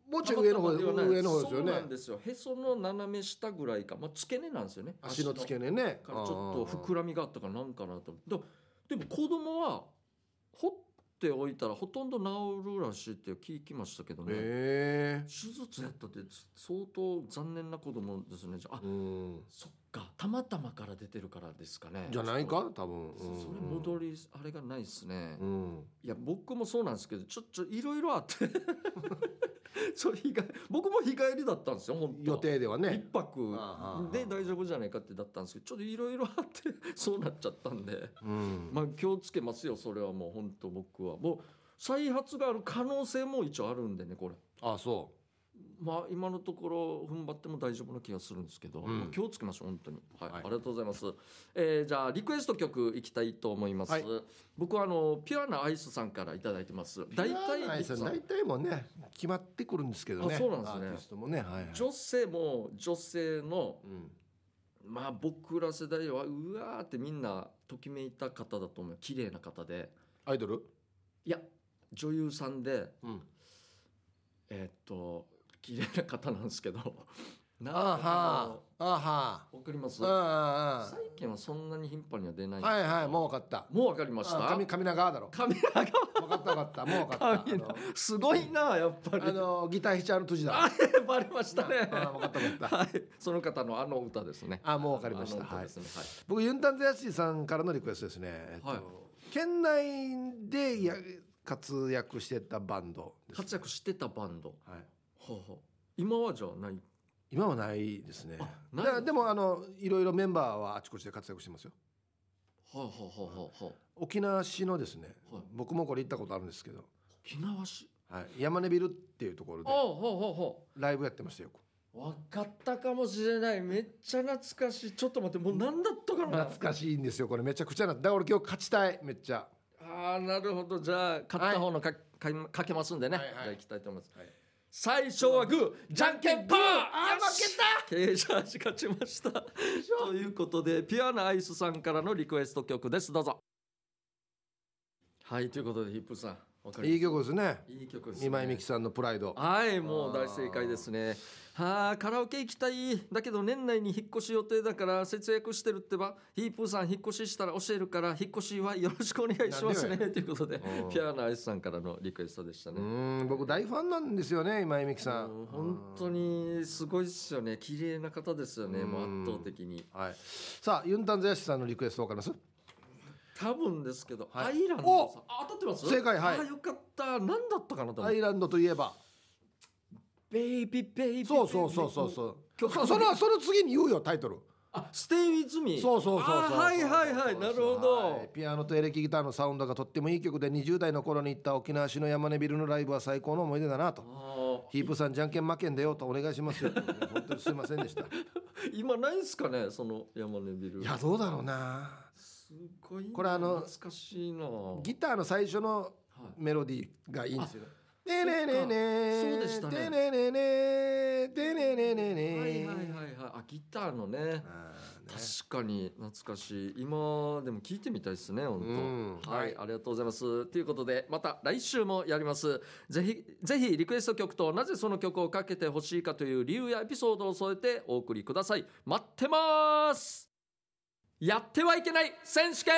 もうちょい上の方たまたまではない上の方ですよね。 そうなんですよ。へその斜め下ぐらいか、まあ、付け根なんですよね。 足の付け根ね。 からちょっと膨らみがあったかなんかなと思って。でも子供はほっておいたらほとんど治るらしいって聞きましたけどね。 へ手術やったって相当残念な子供ですね。じゃあ、 うん、 そっか、たまたまから出てるからですかね。 じゃないか多分、 そそれ戻りあれがないですね、 うん、 いや僕もそうなんですけど、ちょっといろいろあってそう日帰僕も日帰りだったんですよ本当。 予定ではね一泊で大丈夫じゃないかってだったんですけど、ちょっといろいろあってそうなっちゃったんで、 うん、 まあ気をつけますよ。それはもう本当僕はもう再発がある可能性も一応あるんでねこれ。 ああそまあ今のところ踏ん張っても大丈夫な気がするんですけど、 うんまあ気をつけましょう本当に、はいはい、 ありがとうございます。えー、じゃあリクエスト曲いきたいと思います、 はい、 僕はあのピュアなアイスさんからいただいてます。大体大体もね決まってくるんですけどね。 あそうなんですね。 アーティストもね、はいはい、 女性も女性の、 うん、 まあ僕ら世代はうわーってみんなときめいた方だと思う。綺麗な方で、 アイドル、 いや女優さんで、 うん、 えーっと綺麗な方なんですけどなあはあはわかります。 あ最近はそんなに頻繁には出ない。 はいはい、もう分かった。 もうわかりました。 上上長だろ。 上長分かった分かった、もう分かった。 上長すごいなやっぱり。 あのギター弾いちゃうの辻だ。 あバレましたね。 あ分かった分かった。 はい、その方のあの歌ですね。 あもう分かりました。 あの歌ですね、はい、 僕ユンタンゼヤシーさんからのリクエストですね。えっとはい、 県内でや活躍してたバンドです。 活躍してたバンド。 はい。 ほうほう。今はじゃない。 今はないですね。 ないだでもあのいろいろメンバーはあちこちで活躍してますよ。 はあ、はあはあはあはあ、 沖縄市のですね、 はい、 僕もこれ行ったことあるんですけど、 沖縄市、 はい、山根ビルっていうところでライブやってましたよ。 分かったかもしれない。めっちゃ懐かしい。ちょっと待って、もう何だったかな。 懐かしいんですよこれ。めちゃくちゃな。だから俺今日勝ちたいめっちゃ。 ああなるほど。じゃあ勝った方のか、はい、か, かけますんでね、はいはい、じゃあ行きたいと思います、はい、最初はグーじゃんけんパー。 あ負けた。 ケージャージ勝ちましたということでピュアなアイスさんからのリクエスト曲です。どうぞ。はいということでヒップさんいい曲ですね。 いい曲ですね。 今井美樹さんのプライド。 はいもう大正解ですね。はあカラオケ行きたい。だけど年内に引っ越し予定だから節約してるってば。ヒープーさん引っ越ししたら教えるから引っ越しはよろしくお願いしますねということでピュアなアイスさんからのリクエストでしたね。 うん僕大ファンなんですよね今井美樹さん。 本当にすごいですよね。綺麗な方ですよね。もう圧倒的に、 はい、さあユンタンゼヤシさんのリクエストわかります？ 多分ですけど、 はい、 アイランドさん。あ当たってます？ 正解。はい。 あよかった。何だったかなと思って。 アイランドといえばベイビーベイビー。 そうそうそうそうそう。そ, そのその次に言うよタイトル。 あステイウィズミー。 そうそうそうそう。 はいはいはいなるほど、はい。 ピアノとエレキギターのサウンドがとってもいい曲でにじゅう代の頃に行った沖縄市の山根ビルのライブは最高の思い出だなと。ヒープさんじゃんけん負けんだよとお願いしますよ。本当にすいませんでした。 今ないんすかねその山根ビル。 いやどうだろうな。 すごいこれあの懐かしいな。 ギターの最初のメロディーがいいんですよね。ねねねねそうでしたね。 ねねねねねねねね。 はいはいはいはい。あギターのね。ね確かに懐かしい。今でも聞いてみたいですね本当、うん、はい、はい、ありがとうございます。ということでまた来週もやります。ぜひぜひリクエスト曲となぜその曲をかけてほしいかという理由やエピソードを添えてお送りください。待ってます。やってはいけない選手権。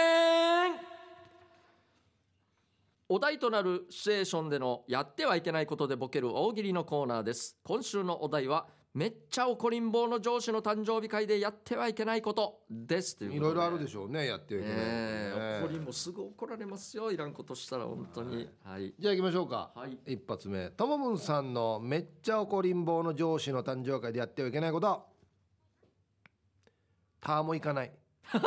お題となるシチュエーションでのやってはいけないことでボケる大喜利のコーナーです。今週のお題はめっちゃ怒りん坊の上司の誕生日会でやってはいけないことですということで。 いろいろあるでしょうねやってはいけない、 えー、怒りん坊すぐ怒られますよ。いらんことしたら本当に、はい、 じゃあ行きましょうか、 はい、 一発目ともむんさんのめっちゃ怒りん坊の上司の誕生会でやってはいけないこと。ターも行かない。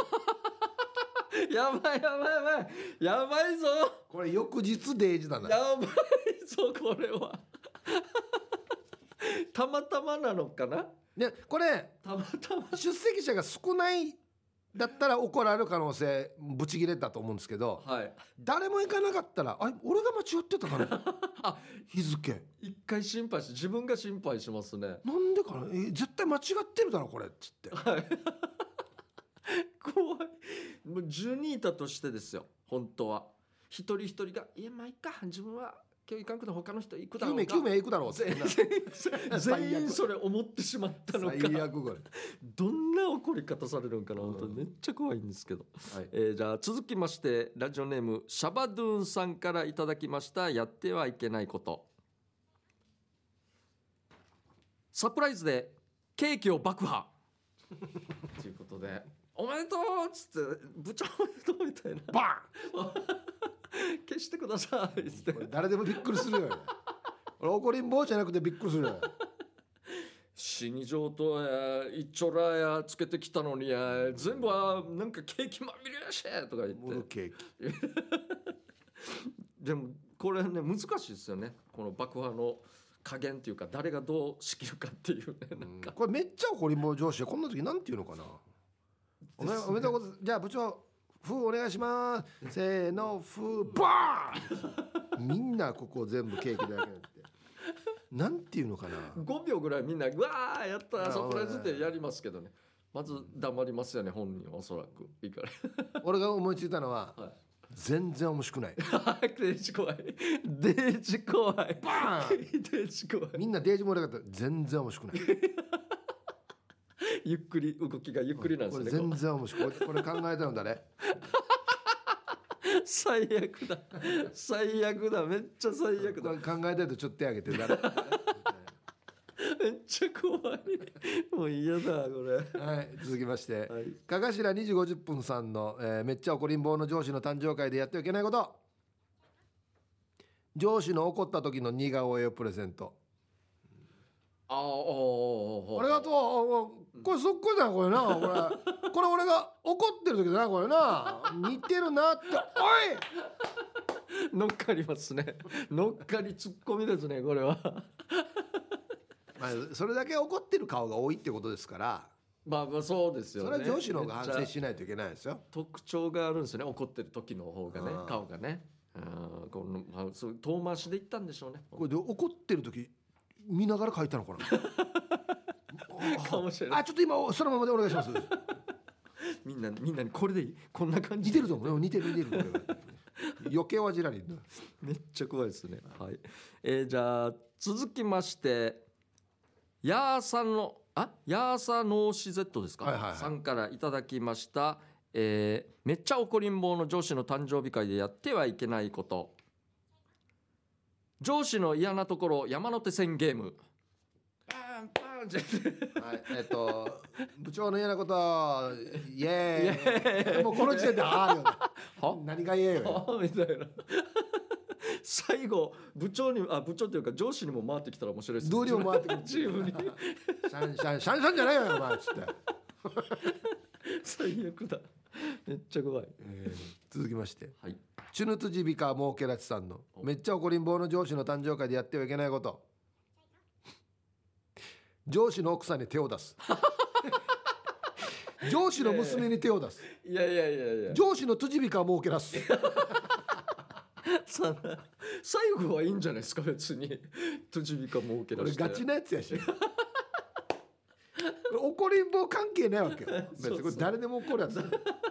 やばいやばいやばいやばいぞこれ翌日デイジだな。 やばいぞこれはたまたまなのかな。 でこれたまたま出席者が少ないだったら怒られる可能性ブチギレたと思うんですけど、 はい、 誰も行かなかったらあ俺が間違ってたかなあ日付一回心配し自分が心配しますね。 なんでかな、え絶対間違ってるだろこれっつって、 はい怖い。もうじゅうにいたとしてですよ本当は一人一人がいやまあいいか自分は今日行かんくて他の人行くだろうかきゅうめいきゅうめい行くだろうって全員それ思ってしまったのか最悪これどんな怒り方されるんかな、本当にめっちゃ怖いんですけど、はいえー、じゃあ続きましてラジオネームシャバドゥーンさんからいただきました。やってはいけないこと。サプライズでケーキを爆破ということでおめでとうっつって部長おめでとうみたいなバン消してくださいっつって誰でもびっくりするよね俺怒りん坊じゃなくてびっくりするよ死に上等や一丁らやつけてきたのにや全部はなんかケーキまみれやしとか言ってモルケーキでもこれね難しいですよね、この爆破の加減っていうか誰がどう仕切るかっていうね、なんかこれめっちゃ怒りん坊上司でこんな時なんていうのかな、おめ、おめでとうございます、じゃあ部長フーお願いします、せーのフーバーンみんなここ全部ケーキだけやってなんていうのかな、 ごびょうぐらいみんなうわーやったサプライズってやりますけどね、まず黙りますよね本人はおそらくいいから俺が思いついたのは、はい、全然面白くないデージ怖いデージ怖いバーンデージ怖いみんなデージ盛り上がった全然面白くないゆっくり動きがゆっくりなんですね、 これ全然面白いこれ考えたの誰最悪だ最悪だめっちゃ最悪だ、 考えたいとちょっと手挙げて誰めっちゃ怖いもう嫌だこれ、 はい、続きまして、 はい、 かがしらにじごじゅっぷんさんの、えー、めっちゃ怒りん坊の上司の誕生会でやってはいけないこと。上司の怒った時の似顔絵をプレゼント。 ああありがとう、これそっくりだなこれなこれこれ俺が怒ってる時だなこれな似てるなっておい乗っかりますね乗っかりツッコミですねこれはまあ、それだけ怒ってる顔が多いってことですから、 まあまあそうですよね、 それは上司の方が反省しないといけないですよ。 特徴があるんですね怒ってる時の方がね、顔がね、あこの、まあ、そう遠回しで言ったんでしょうね。 これで怒ってる時見ながら書いたのかなかもしれない。 あ、ちょっと今そのままでお願いしますみんなみんなにこれでいい、こんな感じ似てると思う、似てる似てる余計はじらりめっちゃ怖いですね。はい、えー、じゃあ続きましてヤーサのあヤーサノーシ Z ですか、 はいはいはい、 さんからいただきました、えー、めっちゃ怒りん坊の上司の誕生日会でやってはいけないこと。上司の嫌なところ山手線ゲーム。パンパンじゃはい、えっと部長の嫌なことイエーイもうこの時点であるよねは何がイエーイよみたいな最後部長にあ部長というか上司にも回ってきたら面白いですね。 どうにも回ってくるチームにシャンシャンシャンシャンじゃないよお前っつって最悪だめっちゃ怖い、 えー、続きまして、 はい、 チュヌトジビカモーケラチさんのめっちゃ怒りん坊の上司の誕生会でやってはいけないこと。上司の奥さんに手を出す上司の娘に手を出す。 いやいやいやいや上司のトジビカモーケラチ最後はいいんじゃないですか別にトジビカモーケラチガチなやつやし怒りん坊関係ないわけよ別にこれ誰でも怒るやつ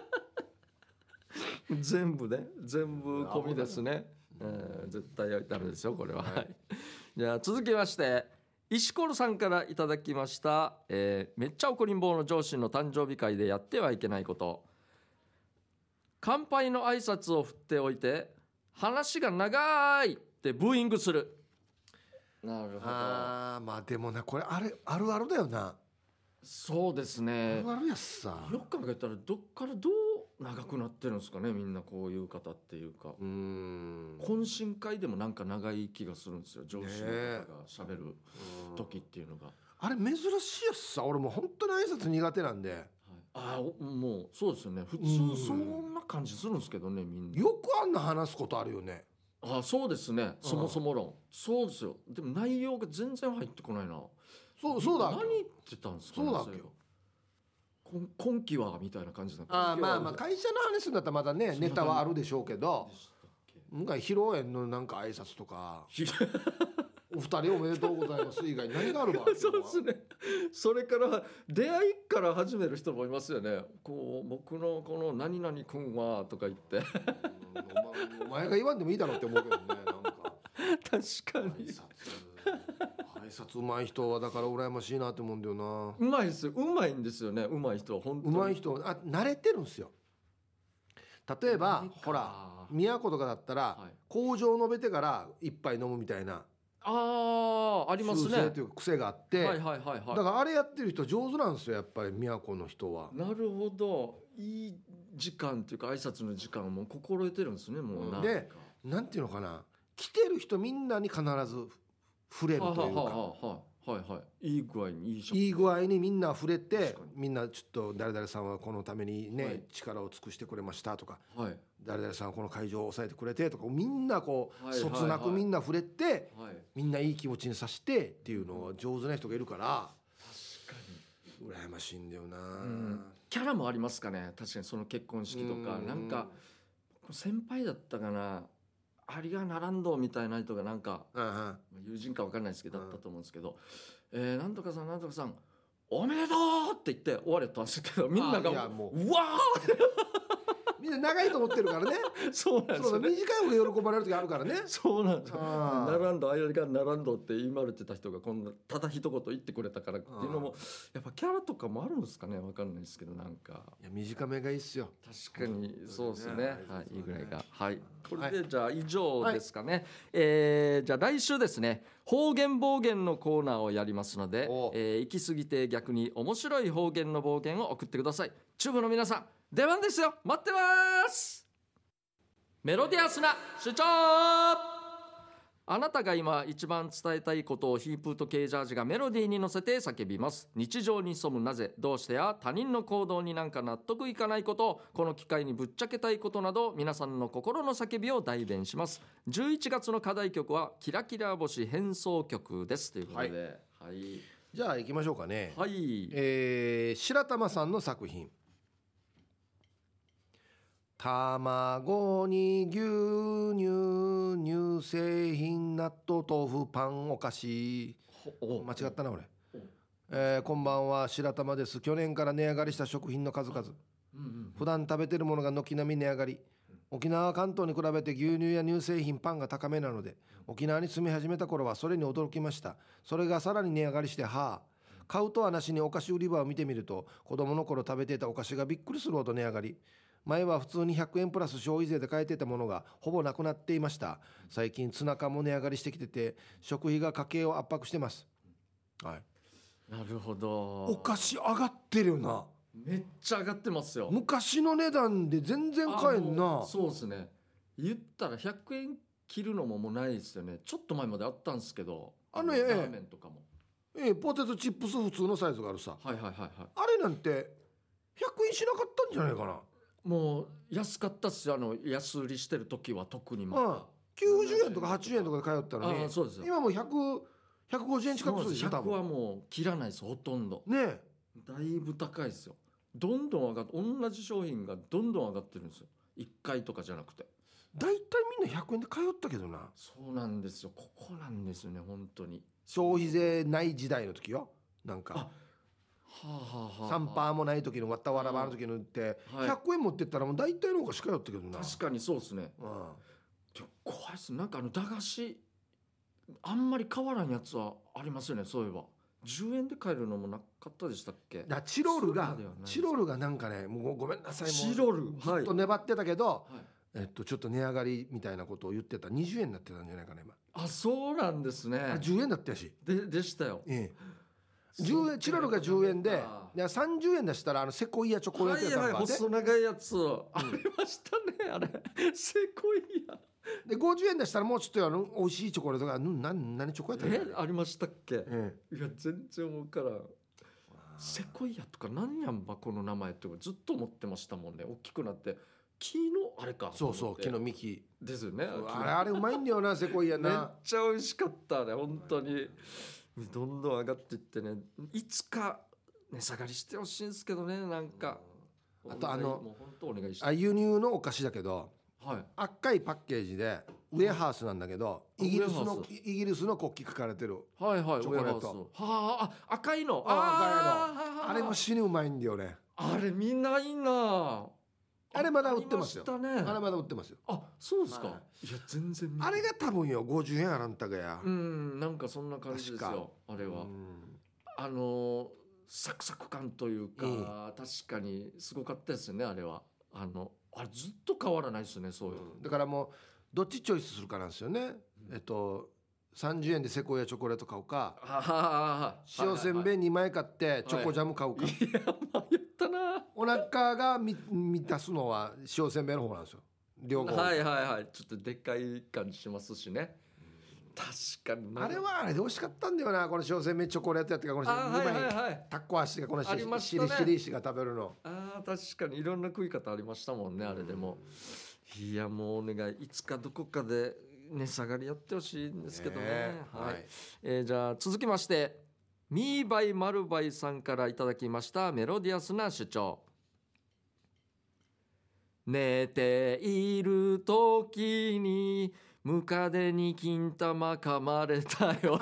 全部ね全部込みですね、えー、絶対ダメですよこれは、はい、じゃあ続きまして石ころさんからいただきました、えー、めっちゃ怒りん坊の上司の誕生日会でやってはいけないこと。乾杯の挨拶を振っておいて話が長いってブーイングする。なるほど。 あまあでもなこれあれあるあるだよな。 そうですね。 あるあるやさ。 よく考えたらどっからどう長くなってるんですかねみんなこういう方っていうか。うーん懇親会でもなんか長い気がするんですよ上司の方が喋る時っていうのが、 あれ珍しいやつさ。俺も本当に挨拶苦手なんで、はい、 ああもうそうですよね普通そんな感じするんですけどねみんな。 よくあんな話すことあるよね。 ああそうですねそもそも論そうですよ。でも内容が全然入ってこないな。 そうそうだ。 何言ってたんですかね。 そうだっけよ。 今期はみたいな感じだ。 あまあまあ会社の話するんだったらまだねネタはあるでしょうけど、なんか披露宴のなんか挨拶とかお二人おめでとうございます以外に何があるかそうですね。それから出会いから始める人もいますよね。こう僕のこの何々君はとか言ってお前が言わんでもいいだろうって思うけどね。なんか確かに挨拶挨拶うまい人はだから羨ましいなって思うんだよな。 うまいですよ、うまいんですよね、うまい人は本当にうまい人あ慣れてるんですよ。例えばほら宮古とかだったら、はい、工場を述べてから一杯飲むみたいなあありますね、 習性というか癖があって、 はいはいはいはい、 だからあれやってる人上手なんですよやっぱり宮古の人は。 なるほど、いい時間っていうか挨拶の時間も心得てるんですねもう。なんでなんていうのかな、来てる人みんなに必ず触れるというか、はあはあはあはいはい、いい具合にいいいい具合にみんな触れて、みんなちょっと誰々さんはこのためにね、はい、力を尽くしてくれましたとか、はい、誰々さんはこの会場を抑えてくれてとか、みんなこう、はいはいはい、そつなくみんな触れて、はい、みんないい気持ちにさせてっていうのは上手な人がいるから、確かに羨ましいんだよな、うん、 キャラもありますかね。確かにその結婚式とか、んなんか先輩だったかな、ありがならんどみたいな人がなんか、うんうん、友人か分かんないですけど、だったと思うんですけど、うん、えー、なんとかさんなんとかさんおめでとうって言って終われたんですけど、みんながもううわーみんな長いと思ってるからねそうなんですよね、 短い方が喜ばれる時あるからねそうなんですよ、ならんどあれがならんどって言いまれてた人がこんなただ一言言ってくれたからっていうのもやっぱキャラとかもあるんですかね、分かんないですけど、なんかいや短めがいいっすよ。 確かにそうですね、はい、いいぐらいが、はい、これでじゃあ以上ですかね、はい、えー、じゃあ来週ですね、方言暴言のコーナーをやりますので、えー、行き過ぎて逆に面白い方言の暴言を送ってください。チューブの皆さん出番ですよ、待ってます。メロディアスな主張、あなたが今一番伝えたいことをヒープーとケージャージがメロディーに乗せて叫びます。日常に潜むなぜ、どうしてや他人の行動になんか納得いかないこと、この機会にぶっちゃけたいことなど、皆さんの心の叫びを代弁します。じゅういちがつの課題曲はキラキラ星変奏曲ですということで、はいはい、 じゃあ行きましょうかね。 はい、 えー、白玉さんの作品、卵に牛乳乳製品納豆豆腐パンお菓子、間違ったな俺、えー、こんばんは白玉です。去年から値上がりした食品の数々、うんうん、普段食べてるものが軒並み値上がり、沖縄関東に比べて牛乳や乳製品パンが高めなので、沖縄に住み始めた頃はそれに驚きました。それがさらに値上がりして、はあ、買うとはなしにお菓子売り場を見てみると、子供の頃食べていたお菓子がびっくりするほど値上がり、前は普通にひゃくえんプラス消費税で買えていたものがほぼなくなっていました。最近ツナ缶も値上がりしてきてて、食費が家計を圧迫してます。はい、 なるほど。 お菓子上がってるよな。 めっちゃ上がってますよ。 昔の値段で全然買えんな。 そうですね、言ったらひゃくえん切るのももうないですよね。ちょっと前まであったんですけど、 あのラーメンとかも、 ええ、ポテトチップス普通のサイズがあるさ、 はいはいはいはい、 あれなんてひゃくえんしなかったんじゃないかな。 もう安かったっすよ、あの安売りしてる時は特にまた、うん、 きゅうじゅうえんとかはちじゅうえんとかで通ったらね、 そうですよ、 今もうひゃく、ひゃくごじゅうえん近くするでしょ。 ひゃくはもう切らないですほとんどね。 だいぶ高いですよ。どんどん上がって、同じ商品がどんどん上がってるんですよ。いっかいとかじゃなくて、 だいたいみんなひゃくえんで通ったけどな。 そうなんですよ、ここなんですよね本当に。 消費税ない時代の時よ、なんかはあはあはあ、 さんパーセントもない時のわったわらばの時のって、はい、ひゃくえん持ってったらもう大体の方がしかよったけどな。 確かにそうですね、うん、怖いっす。なんかあの駄菓子あんまり変わらんやつはありますよね。そういえばじゅうえんで買えるのもなかったでしたっけ。 だチロルがチロルがなんかね、もうごめんなさい、もうチロルずっと粘ってたけど、はい、えっと、ちょっと値上がりみたいなことを言ってた。にじゅうえんになってたんじゃないかな今。 あ、そうなんですね。 じゅうえんだったし で, でしたよ、 ええ、じゅうえんチロルがじゅうえんで、さんじゅうえん出したらあのセコイアチョコレートやったのが、はいはい、 細長いやつ、うん、ありましたねあれセコイアでごじゅうえん出したらもうちょっとあの美味しいチョコレートが何何チョコやったっけ、 えありましたっけ、 ええ、いや全然分からん。セコイアとか何やんばこの名前ってずっと思ってましたもんね。大きくなって木のあれか、 そうそう、木の幹ですよね。 あれあれうまいんだよなセコイアな。 めっちゃ美味しかったね本当に。どんどん上がっていってね、いつか値下がりしてほしいんですけどね。なんかあとあのもう本当お願いして、 あ輸入のお菓子だけど、 はい、 赤いパッケージでウェハースなんだけど、イギリスのイギリスの国旗書かれてるはいはいチョコレート、 はあ、赤いの、 あ赤いの、あれも死にうまいんだよね。 あれみんないいな。 あれまだ売ってますよ。 ありましたね。 あれまだ売ってますよ。 あ、そうですか、 はい、 いや全然あれが多分よごじゅうえんあらんたがや。 うん、なんかそんな感じですよあれは。あのサクサク感というか、うん、確かにすごかったですねあれは。あのあれずっと変わらないですねそういう、 うん、だからもうどっちチョイスするかなんですよね、うん、えっとさんじゅうえんでセコイアチョコレート買うか、塩せんべいにまい買ってチョコジャム買うか、はいはい、いや迷ったな。 お腹が満たすのは塩せんべいの方なんですよ両方。 はいはいはい、ちょっとでっかい感じしますしね。確かにあれはあれで美味しかったんだよな、この塩せんべいチョコレートやってか、このにまいタッコ足がこのしりしりしりしが食べるの。 ああ確かにいろんな食い方ありましたもんねあれでも。いやもうお願い、いつかどこかで値下がりやってほしいんですけどね、ね、はい、はい、えー、じゃあ続きましてミーバイマルバイさんからいただきましたメロディアスな主張。寝ている時にムカデに金玉噛まれたよ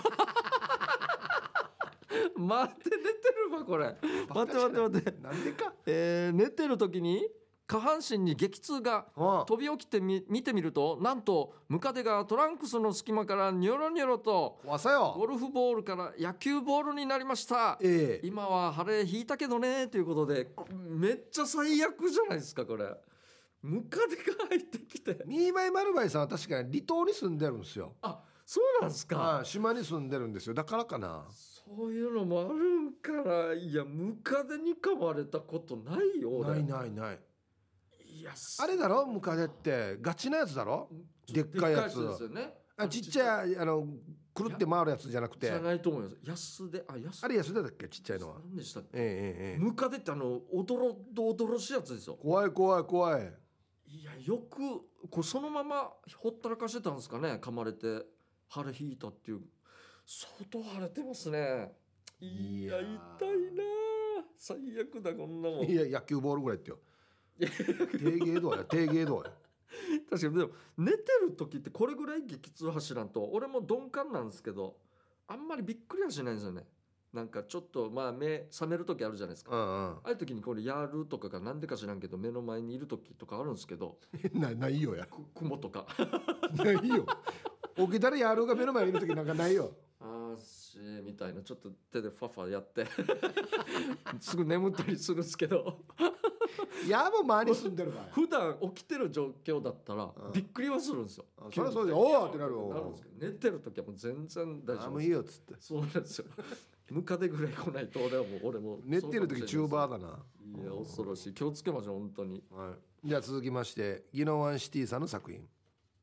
待って寝てるわこれ。待って待って待って、 なんでか、 えー、寝てる時に下半身に激痛が飛び起きてみ見てみると、なんとムカデがトランクスの隙間からニョロニョロとゴルフボールから野球ボールになりました、ええ、今は晴れ引いたけどねということで、めっちゃ最悪じゃないですかこれ。ムカデが入ってきて。 ミーバイマルバイさんは確かに離島に住んでるんですよ。 あ、そうなんですか。 あ、島に住んでるんですよ、だからかな。 そういうのもあるんから。いやムカデに噛まれたことないよ俺。 ないないない。 いやあれだろ、ムカデってガチなやつだろ、でっかいやつですよね。あ、ちっちゃいあのくるって回るやつじゃなくて。 じゃないと思います。安で、あ、安あれ安でだっけ、ちっちゃいのは。 何でしたっけ、 ええええ、 ムカデってあのおどろおどろしいやつですよ。 怖い怖い怖い。 いやよくこうそのままほったらかしてたんですかね、噛まれて腫れ引いたっていう。相当腫れてますね。いや痛いな、最悪だこんなもん。 いや野球ボールぐらいってよ。低芸度や低芸度や。 確かに。でも寝てる時ってこれぐらい激痛走らんと、俺も鈍感なんですけどあんまりびっくりはしないんですよね。なんかちょっとまあ目覚める時あるじゃないですか、うんうん、ああいう時にこれやるとかがなんでか知らんけど目の前にいる時とかあるんですけどなないよや雲とかないよ。起きたらやるが目の前にいる時なんかないよ。 あーしみたいな、ちょっと手でファファやってすぐ眠ったりするんですけどいやもう周り住んでるから普段起きてる状況だったらびっくりはするんですよ。 そりゃそうで、おーってなるよ。 なるんですけど寝てる時はもう全然大丈夫。 あもういいよっつって。 そうなんですよ。ムカデぐらい来ないと俺はもう俺も寝てる時チューバーだな。 いや恐ろしい、気をつけましょう本当に、 はい、じゃあ続きましてギノワンシティさんの作品。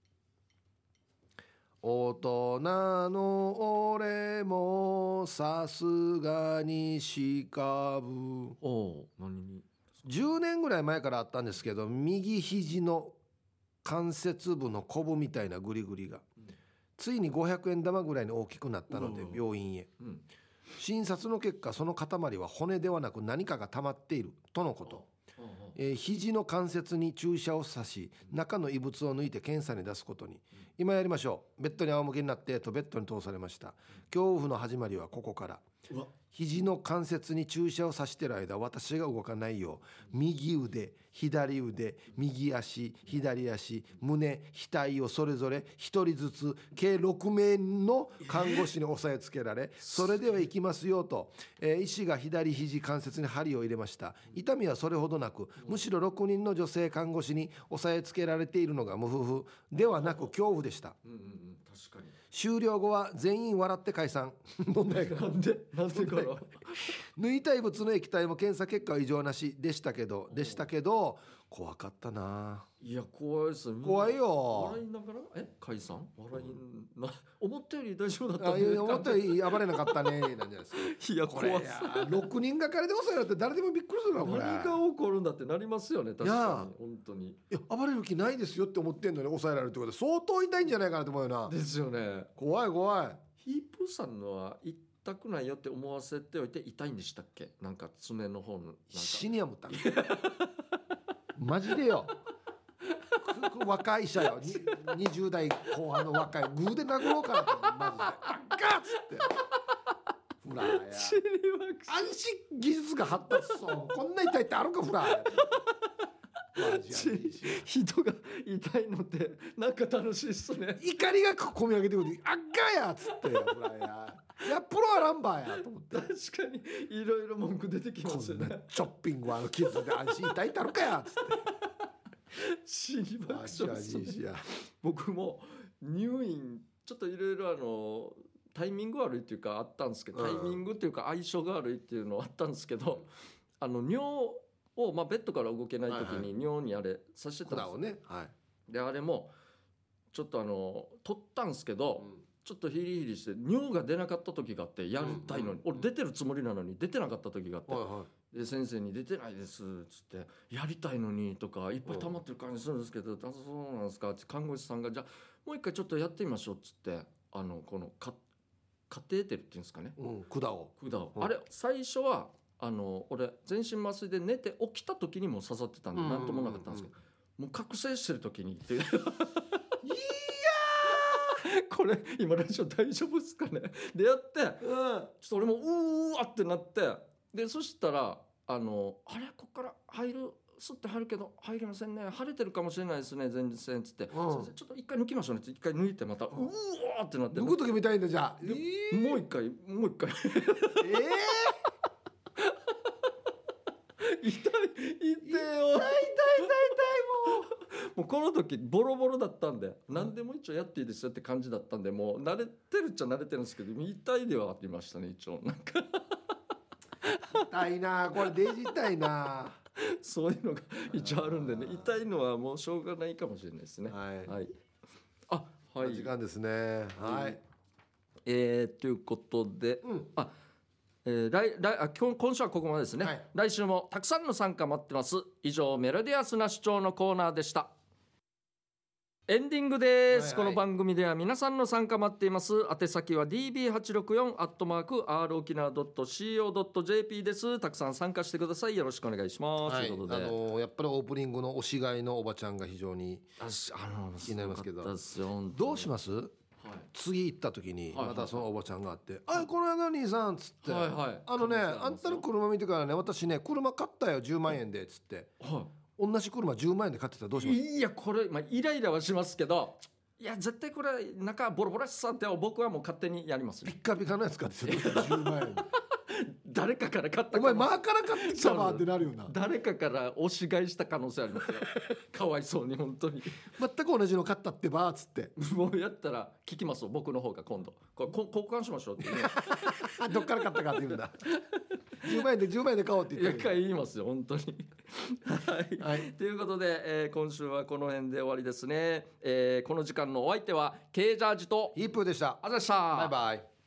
大人の俺もさすがにしかぶ。 お何にじゅうねんぐらい前からあったんですけど、右肘の関節部のコブみたいなグリグリが、うん、ついにごひゃくえん玉ぐらいに大きくなったので病院へ、うん、診察の結果その塊は骨ではなく何かが溜まっているとのこと。えー、肘の関節に注射を刺し中の異物を抜いて検査に出すことに、今やりましょう、ベッドに仰向けになってとベッドに通されました。恐怖の始まりはここから。肘の関節に注射を刺している間私が動かないよう右腕左腕右足左足胸額をそれぞれひとりずつ計ろくめいの看護師に押さえつけられ、それでは行きますよと、えー、医師が左肘関節に針を入れました。痛みはそれほどなく、むしろろくにんの女性看護師に押さえつけられているのが無夫婦ではなく恐怖でした。 うんうんうん、確かに。 終了後は全員笑って解散。問題がなんでなんでから抜いた異物の液体も検査結果は異常なしでしたけどでしたけど怖かったな。 いや怖いです。 怖いよ。 笑いながらえ解散笑いな、思ったより大丈夫だったね。 思ったより暴れなかったねなんじゃないですか。 いや怖い。 ろくにんがかりで抑えられて誰でもびっくりするなこれ。 何が起こるんだってなりますよね。確かに本当に。いや暴れる気ないですよって思ってんのに抑えられるってことで相当痛いんじゃないかなと思うよな。 ですよね。 怖い怖い。 ヒープさんのは痛くないよって思わせておいて痛いんでしたっけ。なんか爪の方のなんか死にやむったマジでよ。若い医者よにじゅう代後半の若いグーで殴ろうかなとマジであっガッつってフラーや安心技術が発達そうこんな痛いってあるかフラーや人が痛いのってなんか楽しいっすね。 怒りがこみ上げてくる。あっがやっつってやいやプロはランバーやと思って。 確かにいろいろ文句出てきますよね。 チョッピングはあの傷で安心痛いたるかやっつって死に爆笑ですね。僕も入院ちょっといろいろあのタイミング悪いっていうかあったんですけど、タイミングっていうか相性が悪いっていうのはあったんですけど、あの尿を、まあ、ベッドから動けない時に尿にあれさせてたんですよ、ね、はい、であれもちょっとあの取ったんですけど、うん、ちょっとヒリヒリして尿が出なかった時があって、やりたいのに、うんうん、俺出てるつもりなのに出てなかった時があって、はいはい、で先生に出てないですっつってやりたいのにとかいっぱい溜まってる感じするんですけど、うん、そうなんですかって看護師さんがじゃあもう一回ちょっとやってみましょうっつってあのこのカカテーテルっていうんですかね、うん、 管を管を、うん、あれ最初はあの俺全身麻酔で寝て起きた時にも刺さってたんで何ともなかったんですけど、もう覚醒してる時にっていやこれ今ラジオ大丈夫ですかねでやって、うん、ちょっと俺もうーわってなって、でそしたらあのあれこっから入る吸って入るけど入りませんね、腫れてるかもしれないですね前線っつって、うん、先生ちょっと一回抜きましょうねって一回抜いてまた、うん、うわーってなって抜く時みたいんだじゃあ、えー、もう一回もう一回えー痛い痛いよ痛い痛い痛い痛いもうもうこの時ボロボロだったんで、うん、何でも一応やっていいですよって感じだったんで、もう慣れてるっちゃ慣れてるんですけど痛いではありましたね一応なんか痛いなこれデジ痛いなそういうのが一応あるんでね、痛いのはもうしょうがないかもしれないですね。はい、はい、あはい時間ですね。はい、 えー、ということで、うん、あえー、来来あ今今週はここまでですね、はい、来週もたくさんの参加待ってます。以上メロディアスな主張のコーナーでした。エンディングです、はいはい、この番組では皆さんの参加待っています。宛先は ディービーはちろくよん アットマーク アール 沖縄 ドット シーオー ドット ジェーピー です。たくさん参加してください。よろしくお願いします、はい、ということで、あのー、やっぱりオープニングの推しがいのおばちゃんが非常に気になりますけど、どうします、はい、次行った時にまたそのおばちゃんがあって「はい、あこの間兄さん」っつって、はいはい、あのねあんたの車見てからね私ね車買ったよじゅうまんえんでっつって、はい、同じ車じゅうまんえんで買ってたらどうします？ いやこれ、まあ、イライラはしますけど、いや絶対これ中ボロボロしさって僕はもう勝手にやります、 ね、ピッカピカのやつ買ってたじゅうまんえん誰かから買ったかお前マーから買ってきたわってなるよな。 誰かから押し買いした可能性ありますよかわいそうに本当に全く同じの買ったってばーっつってもうやったら聞きますよ僕の方が今度これ交換しましょうって、ね、 どっから買ったかって言うんだじゅうまんえんでじゅうまんえんで買おうって言ってる。言いますよ本当にはい、はい、ということで、えー、今週はこの辺で終わりですね、えー、この時間のお相手はケージャージとヒープーでした。 あざした。 バイバイ。